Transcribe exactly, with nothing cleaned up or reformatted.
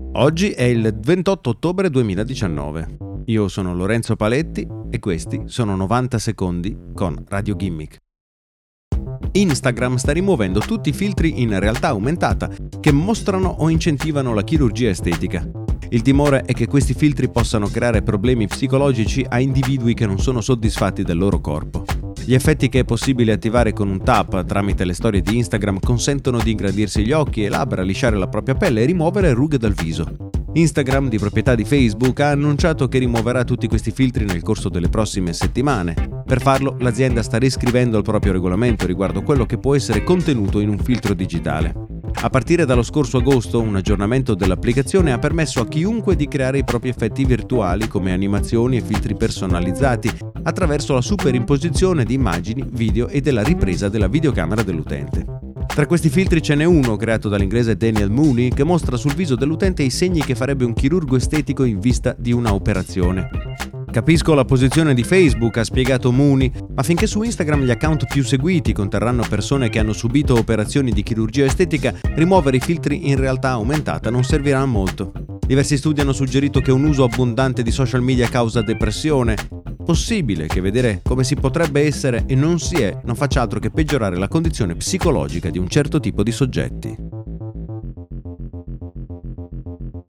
Oggi è il ventotto ottobre duemiladiciannove. Io sono Lorenzo Paletti e questi sono novanta secondi con Radio Gimmick. Instagram sta rimuovendo tutti i filtri in realtà aumentata che mostrano o incentivano la chirurgia estetica. Il timore è che questi filtri possano creare problemi psicologici a individui che non sono soddisfatti del loro corpo. Gli effetti che è possibile attivare con un tap tramite le storie di Instagram consentono di ingrandirsi gli occhi e labbra, lisciare la propria pelle e rimuovere rughe dal viso. Instagram, di proprietà di Facebook, ha annunciato che rimuoverà tutti questi filtri nel corso delle prossime settimane. Per farlo, l'azienda sta riscrivendo il proprio regolamento riguardo quello che può essere contenuto in un filtro digitale. A partire dallo scorso agosto, un aggiornamento dell'applicazione ha permesso a chiunque di creare i propri effetti virtuali come animazioni e filtri personalizzati attraverso la superimposizione di immagini, video e della ripresa della videocamera dell'utente. Tra questi filtri ce n'è uno creato dall'inglese Daniel Mooney che mostra sul viso dell'utente i segni che farebbe un chirurgo estetico in vista di una operazione. Capisco la posizione di Facebook, ha spiegato Mooney, ma finché su Instagram gli account più seguiti conterranno persone che hanno subito operazioni di chirurgia estetica, rimuovere i filtri in realtà aumentata non servirà a molto. Diversi studi hanno suggerito che un uso abbondante di social media causa depressione. Possibile che vedere come si potrebbe essere e non si è non faccia altro che peggiorare la condizione psicologica di un certo tipo di soggetti.